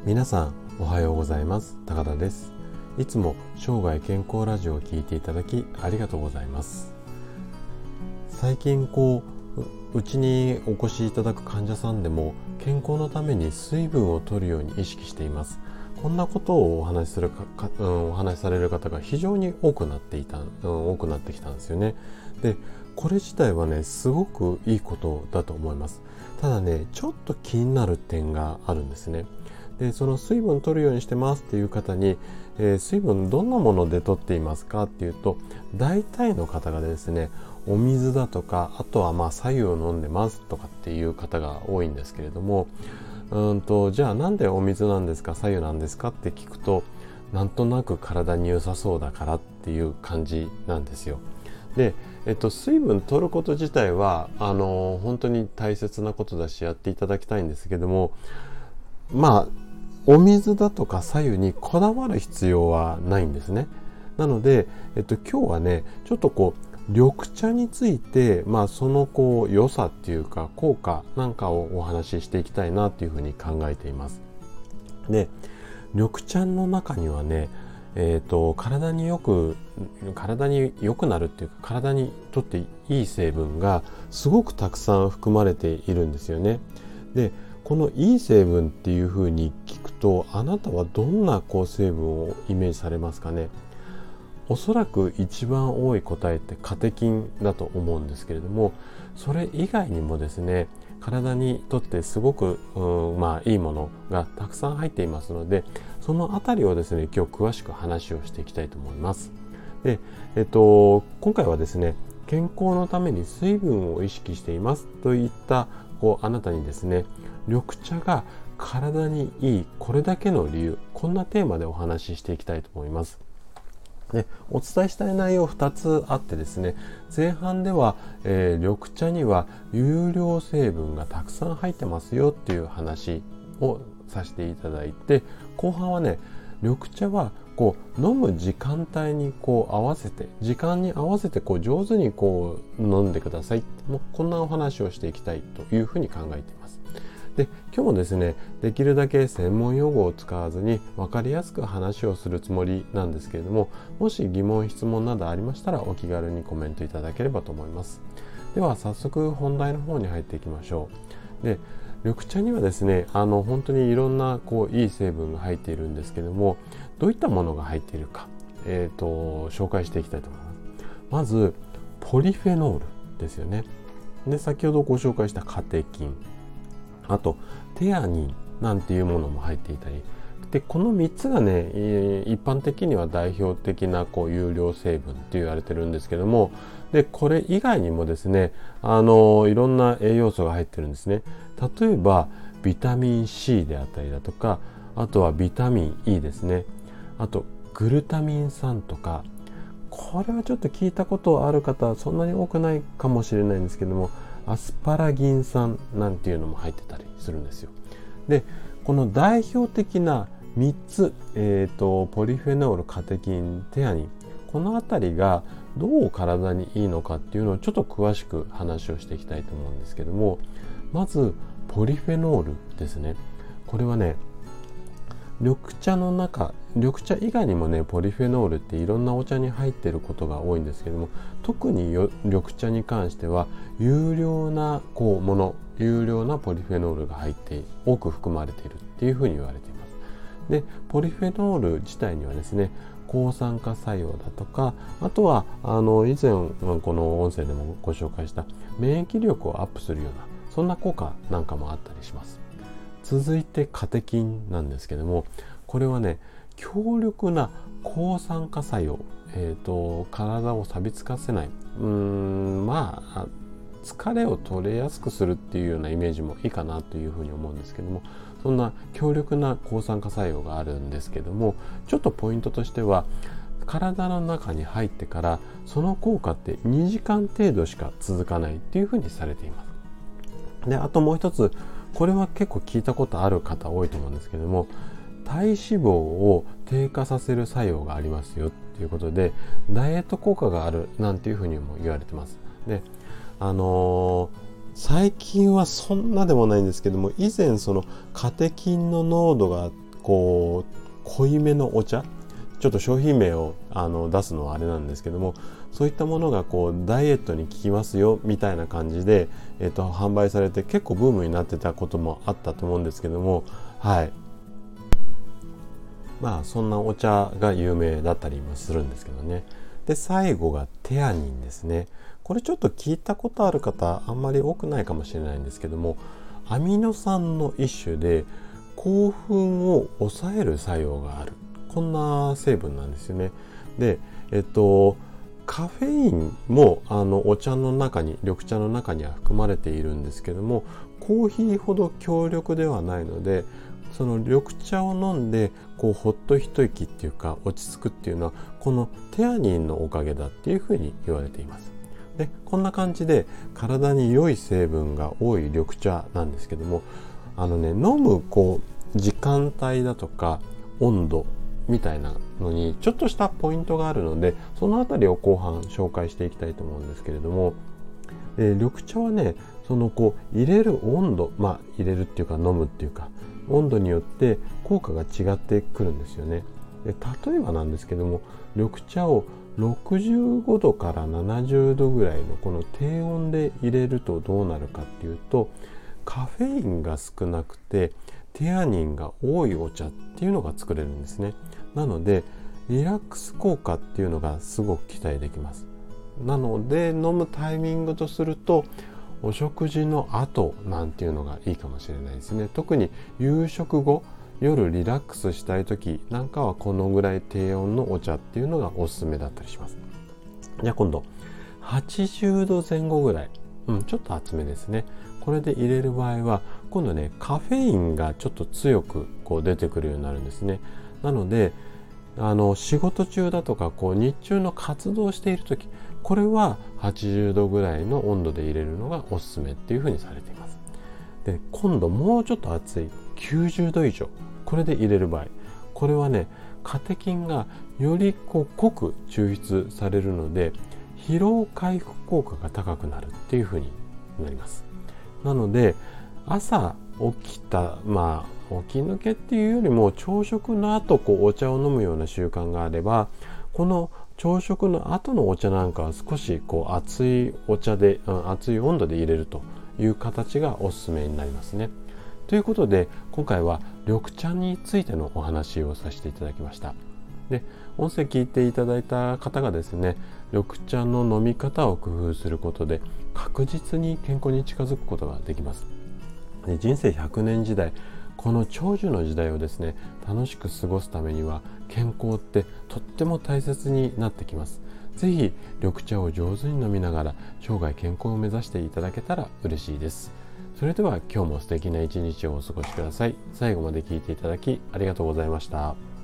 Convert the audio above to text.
皆さんおはようございます。高田です。いつも生涯健康ラジオを聞いていただきありがとうございます。最近うちにお越しいただく患者さんでも健康のために水分を摂るように意識しています。こんなことをお話しされる方が非常に多くなってきたんですよね。で、これ自体はね、すごくいいことだと思います。ただね、ちょっと気になる点があるんですね。で、その水分取るようにしてますっていう方に、水分どんなもので取っていますかっていうと、大体の方がですね、お水だとか、あとは白湯を飲んでますとかっていう方が多いんですけれども、じゃあなんでお水なんですか、白湯なんですかって聞くと、なんとなく体に良さそうだからっていう感じなんですよ。で、水分取ること自体は本当に大切なことだし、やっていただきたいんですけども、お水だとか白湯にこだわる必要はないんですね。なので、今日はね、ちょっと緑茶について、その良さっていうか効果なんかをお話ししていきたいなというふうに考えています。で、緑茶の中にはね、体によくなるっていうか、体にとっていい成分がすごくたくさん含まれているんですよね。で、このいい成分っていうふうに聞くと、あなたはどんな成分をイメージされますかね。おそらく一番多い答えってカテキンだと思うんですけれども、それ以外にもですね、体にとってすごくいいものがたくさん入っていますので、そのあたりをですね、今日詳しく話をしていきたいと思います。で、今回はですね、健康のために水分を意識していますといったあなたにですね、緑茶が体にいいこれだけの理由、こんなテーマでお話ししていきたいと思います。で、お伝えしたい内容2つあってですね、前半では、緑茶には有料成分がたくさん入ってますよっていう話をさせていただいて、後半はね、緑茶は飲む時間帯に時間に合わせて上手に飲んでください。こんなお話をしていきたいというふうに考えています。で、今日もですね、できるだけ専門用語を使わずに分かりやすく話をするつもりなんですけれども、もし疑問質問などありましたらお気軽にコメントいただければと思います。では早速本題の方に入っていきましょう。で、緑茶にはですね、本当にいろんないい成分が入っているんですけれども、どういったものが入っているか、紹介していきたいと思います。まずポリフェノールですよね。で、先ほどご紹介したカテキン、あとテアニンなんていうものも入っていたりで、この3つがね、一般的には代表的な有料成分って言われてるんですけども、でこれ以外にもですね、いろんな栄養素が入ってるんですね。例えばビタミン C であったりだとか、あとはビタミン E ですね、あとグルタミン酸とか、これはちょっと聞いたことある方そんなに多くないかもしれないんですけども、アスパラギン酸なんていうのも入ってたりするんですよ。で、この代表的な3つ、ポリフェノール、カテキン、テアニン、このあたりがどう体にいいのかっていうのをちょっと詳しく話をしていきたいと思うんですけども、まずポリフェノールですね。これはね、緑茶以外にもね、ポリフェノールっていろんなお茶に入っていることが多いんですけども、特に緑茶に関しては有料なポリフェノールが入って多く含まれているっていうふうに言われています。で、ポリフェノール自体にはですね、抗酸化作用だとか、あとは以前この音声でもご紹介した免疫力をアップするような、そんな効果なんかもあったりします。続いてカテキンなんですけども、これはね、強力な抗酸化作用、体を錆びつかせない、疲れを取れやすくするっていうようなイメージもいいかなというふうに思うんですけども、そんな強力な抗酸化作用があるんですけども、ちょっとポイントとしては、体の中に入ってからその効果って2時間程度しか続かないっていうふうにされています。で、あともう一つ、これは結構聞いたことある方多いと思うんですけども、体脂肪を低下させる作用がありますよっていうことで、ダイエット効果があるなんていうふうにも言われてます。で、最近はそんなでもないんですけども、以前そのカテキンの濃度がこう濃いめのお茶、ちょっと商品名を出すのはあれなんですけども、そういったものがこうダイエットに効きますよみたいな感じで、販売されて結構ブームになってたこともあったと思うんですけども、はい、まあそんなお茶が有名だったりもするんですけどね。で最後がテアニンですね。これちょっと聞いたことある方あんまり多くないかもしれないんですけども、アミノ酸の一種で興奮を抑える作用がある、こんな成分なんですよね。でカフェインもお茶の中に、緑茶の中には含まれているんですけども、コーヒーほど強力ではないので、その緑茶を飲んでこうほっと一息っていうか落ち着くっていうのはこのテアニンのおかげだっていうふうに言われています。でこんな感じで体に良い成分が多い緑茶なんですけども、飲むこう時間帯だとか温度みたいなのにちょっとしたポイントがあるので、そのあたりを後半紹介していきたいと思うんですけれども、緑茶はね、そのこう入れる温度、入れるっていうか飲むっていうか温度によって効果が違ってくるんですよね。で例えばなんですけども、緑茶を65度から70度ぐらいのこの低温で入れるとどうなるかっていうと、カフェインが少なくてテアニンが多いお茶っていうのが作れるんですね。なのでリラックス効果っていうのがすごく期待できます。なので飲むタイミングとするとお食事の後なんていうのがいいかもしれないですね。特に夕食後、夜リラックスしたい時なんかはこのぐらい低温のお茶っていうのがおすすめだったりします。じゃあ今度80度前後ぐらい、ちょっと厚めですね。これで入れる場合は今度ね、カフェインがちょっと強くこう出てくるようになるんですね。なので仕事中だとか日中の活動している時、これは80度ぐらいの温度で入れるのがおすすめっていうふうにされています。で今度もうちょっと熱い90度以上、これで入れる場合、これはね、カテキンがより濃く抽出されるので疲労回復効果が高くなるっていうふうになります。なので朝起きた起き抜けっていうよりも朝食の後お茶を飲むような習慣があれば、この朝食の後のお茶なんかは少し熱いお茶で、熱い温度で入れるという形がおすすめになりますね。ということで今回は緑茶についてのお話をさせていただきました。で音声聞いていただいた方がですね、緑茶の飲み方を工夫することで確実に健康に近づくことができます。で人生100年時代、この長寿の時代をですね、楽しく過ごすためには健康ってとっても大切になってきます。ぜひ緑茶を上手に飲みながら生涯健康を目指していただけたら嬉しいです。それでは今日も素敵な一日をお過ごしください。最後まで聞いていただきありがとうございました。